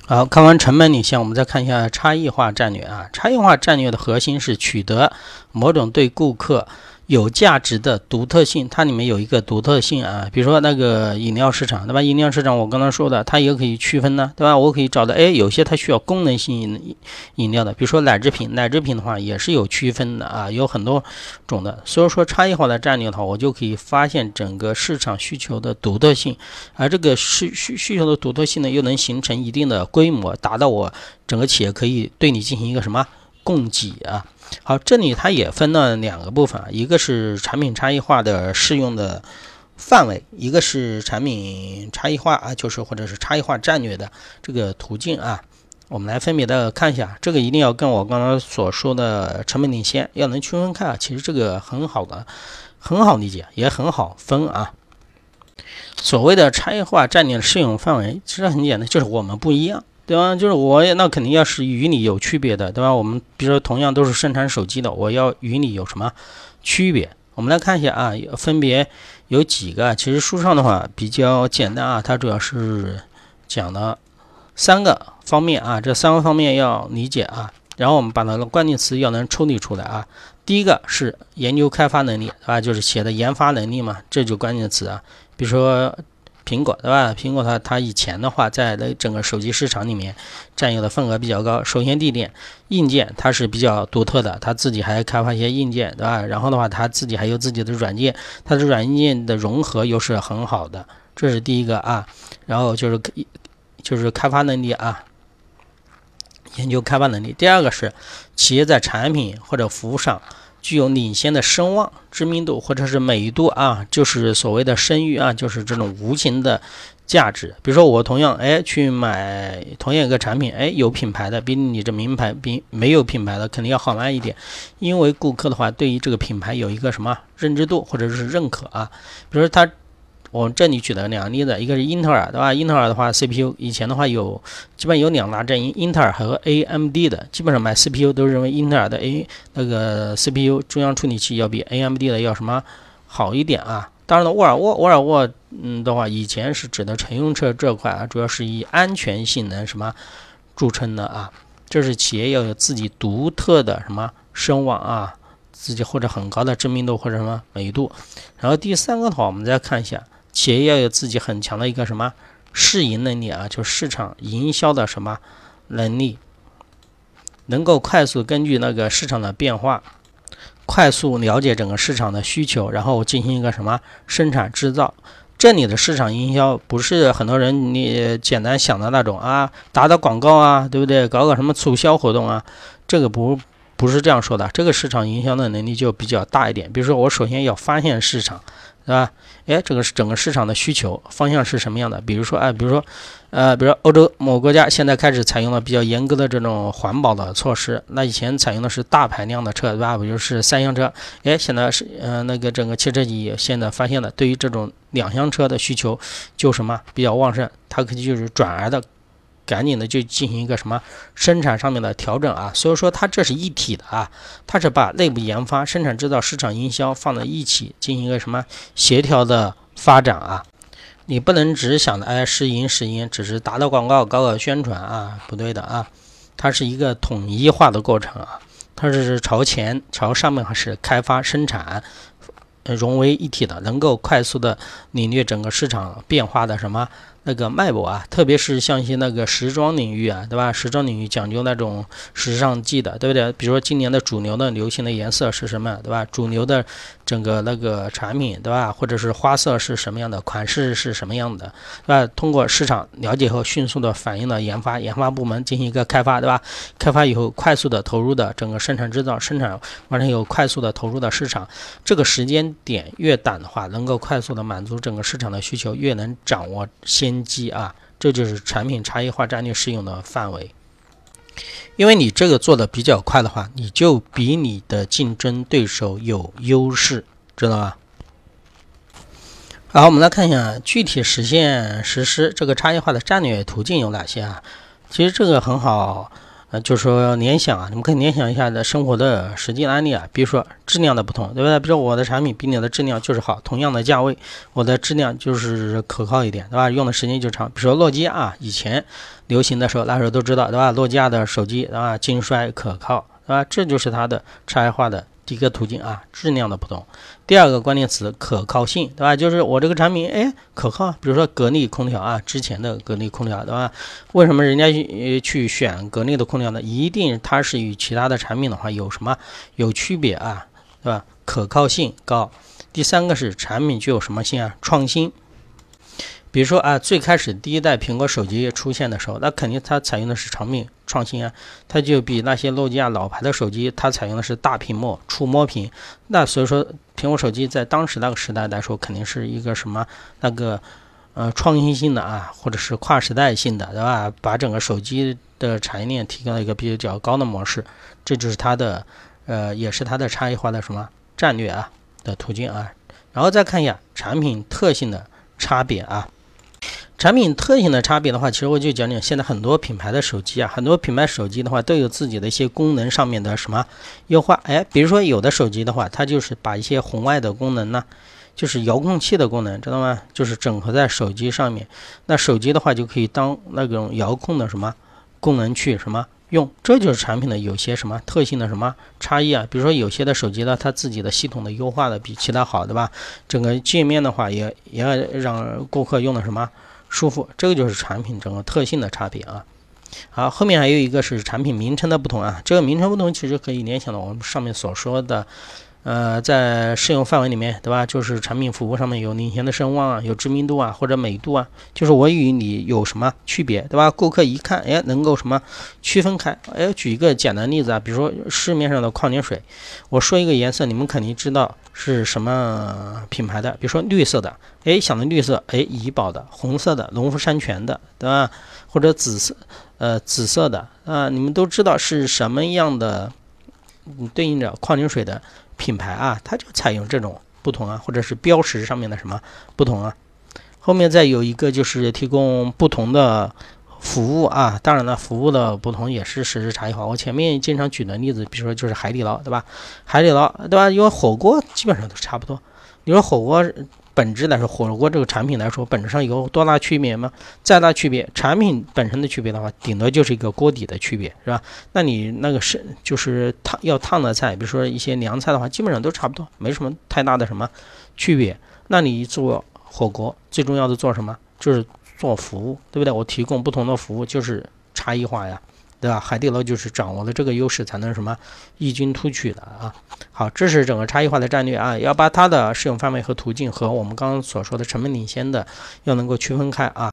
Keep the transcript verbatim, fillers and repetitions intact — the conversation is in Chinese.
好，看完成本领先，我们再看一下差异化战略啊。差异化战略的核心是取得某种对顾客有价值的独特性，它里面有一个独特性啊，比如说那个饮料市场，对吧？饮料市场我刚刚说的，它也可以区分呢，对吧？我可以找到，哎，有些它需要功能性饮饮料的，比如说奶制品，奶制品的话也是有区分的啊，有很多种的。所以说差异化的战略的话，我就可以发现整个市场需求的独特性，而这个需需需求的独特性呢，又能形成一定的规模，达到我整个企业可以对你进行一个什么供给啊。好，这里它也分了两个部分，一个是产品差异化的适用的范围，一个是产品差异化啊，就是或者是差异化战略的这个途径啊。我们来分别的看一下，这个一定要跟我刚刚所说的成本领先要能区分开啊。其实这个很好的，很好理解，也很好分啊。所谓的差异化战略的适用范围，其实很简单，就是我们不一样。对吧？就是我那肯定要是与你有区别的，对吧？我们比如说同样都是生产手机的，我要与你有什么区别？我们来看一下啊，分别有几个。其实书上的话比较简单啊，它主要是讲了三个方面啊，这三个方面要理解啊。然后我们把它的关键词要能抽离出来啊。第一个是研究开发能力，对吧？就是写的研发能力嘛，这就关键词啊。比如说苹果，对吧？苹果它它以前的话，在整个手机市场里面占有的份额比较高。首先第一点，硬件它是比较独特的，它自己还开发一些硬件，对吧？然后的话，它自己还有自己的软件，它的软件的融合又是很好的，这是第一个啊。然后就是就是开发能力啊，研究开发能力。第二个是企业在产品或者服务上具有领先的声望、知名度或者是美誉啊，就是所谓的声誉啊，就是这种无形的价值。比如说我同样哎去买同样一个产品，哎有品牌的比你这名牌比没有品牌的肯定要好卖一点，因为顾客的话对于这个品牌有一个什么认知度或者是认可啊。比如说他我这里举了两个例子，一个是英特尔，对吧？英特尔的话 C P U 以前的话有基本有两大阵营，英特尔和 A M D 的，基本上买 C P U 都认为英特尔的 A 那个 C P U 中央处理器要比 A M D 的要什么好一点啊。当然了，沃尔沃沃尔沃嗯的话，以前是指的乘用车这块啊，主要是以安全性能什么著称的啊。这是企业要有自己独特的什么声望啊，自己或者很高的知名度或者什么美誉度。然后第三个的话，我们再看一下。企业要有自己很强的一个什么市营能力啊，就是市场营销的什么能力，能够快速根据那个市场的变化，快速了解整个市场的需求，然后进行一个什么生产制造。这里的市场营销不是很多人你简单想的那种啊，打打广告啊，对不对？搞搞什么促销活动啊，这个不不是这样说的。这个市场营销的能力就比较大一点。比如说我首先要发现市场，对吧？哎，这个是整个市场的需求方向是什么样的？比如说，哎，比如说，呃，比如说欧洲某国家现在开始采用了比较严格的这种环保的措施，那以前采用的是大排量的车，对吧？比如是三厢车，哎，现在是呃那个整个汽车企现在发现了，对于这种两厢车的需求就什么比较旺盛，它可以就是转而的。赶紧的就进行一个什么生产上面的调整啊，所以说它这是一体的啊，它是把内部研发、生产制造、市场营销放在一起进行一个什么协调的发展啊。你不能只想着哎试营试营，只是打打广告、搞搞宣传啊，不对的啊，它是一个统一化的过程啊，它是朝前、朝上面还是开发、生产。融为一体的，能够快速的领略整个市场变化的什么那个脉搏啊，特别是像一些那个时装领域啊，对吧？时装领域讲究那种时尚季的，对不对？比如说今年的主流的流行的颜色是什么，对吧？主流的整个那个产品，对吧？或者是花色是什么样的，款式是什么样的，对吧？通过市场了解后，迅速的反映了研发，研发部门进行一个开发，对吧？开发以后快速的投入的整个生产制造，生产完成以后快速的投入的市场，这个时间点越短的话，能够快速的满足整个市场的需求，越能掌握先机啊，这就是产品差异化战略适用的范围。因为你这个做的比较快的话，你就比你的竞争对手有优势，知道吧？好，我们来看一下具体实现实施这个差异化的战略途径有哪些啊？其实这个很好呃，就是说联想啊，你们可以联想一下的生活的实际案例啊，比如说质量的不同，对不对？比如说我的产品比你的质量就是好，同样的价位，我的质量就是可靠一点，对吧？用的时间就长。比如说诺基亚啊，以前流行的时候，那时候都知道，对吧？诺基亚的手机，对吧？经衰可靠，对吧？这就是它的差异化的第一个途径啊，质量的不同。第二个关键词可靠性，对吧？就是我这个产品，哎，可靠。比如说格力空调啊，之前的格力空调，对吧？为什么人家去去选格力的空调呢？一定它是与其他的产品的话有什么有区别啊，对吧？可靠性高。第三个是产品具有什么性啊？创新。比如说啊，最开始第一代苹果手机出现的时候，那肯定它采用的是产品创新啊，它就比那些诺基亚老牌的手机，它采用的是大屏幕、触摸屏。那所以说，苹果手机在当时那个时代来说，肯定是一个什么那个呃创新性的啊，或者是跨时代性的，对吧？把整个手机的产业链提高了一个比较高的模式，这就是它的呃，也是它的差异化的什么战略啊的途径啊。然后再看一下产品特性的差别啊。产品特性的差别的话，其实我就讲讲现在很多品牌的手机啊，很多品牌手机的话都有自己的一些功能上面的什么优化。哎，比如说有的手机的话，它就是把一些红外的功能呢，就是遥控器的功能，知道吗？就是整合在手机上面。那手机的话就可以当那种遥控的什么功能去什么用，这就是产品的有些什么特性的什么差异啊。比如说有些的手机呢，它自己的系统的优化的比其他好，对吧？整个界面的话也也要让顾客用的什么舒服，这个就是产品整个特性的差别啊。好，后面还有一个是产品名称的不同啊，这个名称不同其实可以联想到我们上面所说的呃，在适用范围里面，对吧？就是产品服务上面有领先的声望啊，有知名度啊，或者美度啊，就是我与你有什么区别，对吧？顾客一看，哎，能够什么区分开？哎，举一个简单例子啊，比如说市面上的矿泉水，我说一个颜色，你们肯定知道是什么品牌的，比如说绿色的，哎，想的绿色，哎，怡宝的；红色的，农夫山泉的，对吧？或者紫色，呃，紫色的啊，你们都知道是什么样的，嗯，对应着矿泉水的品牌啊，它就采用这种不同啊，或者是标识上面的什么不同啊。后面再有一个就是提供不同的服务啊，当然了，服务的不同也是实质差异化。我前面经常举的例子，比如说就是海底捞，对吧？海底捞，对吧？因为火锅基本上都差不多。你说火锅本质来说，火锅这个产品来说，本质上有多大区别吗？再大区别，产品本身的区别的话，顶多就是一个锅底的区别，是吧？那你那个是就是烫要烫的菜，比如说一些凉菜的话，基本上都差不多，没什么太大的什么区别。那你做火锅最重要的做什么？就是做服务，对不对？我提供不同的服务，就是差异化呀，对吧？海底捞就是掌握了这个优势，才能什么异军突起的啊。好，这是整个差异化的战略啊，要把它的适用范围和途径和我们刚刚所说的成本领先的要能够区分开啊。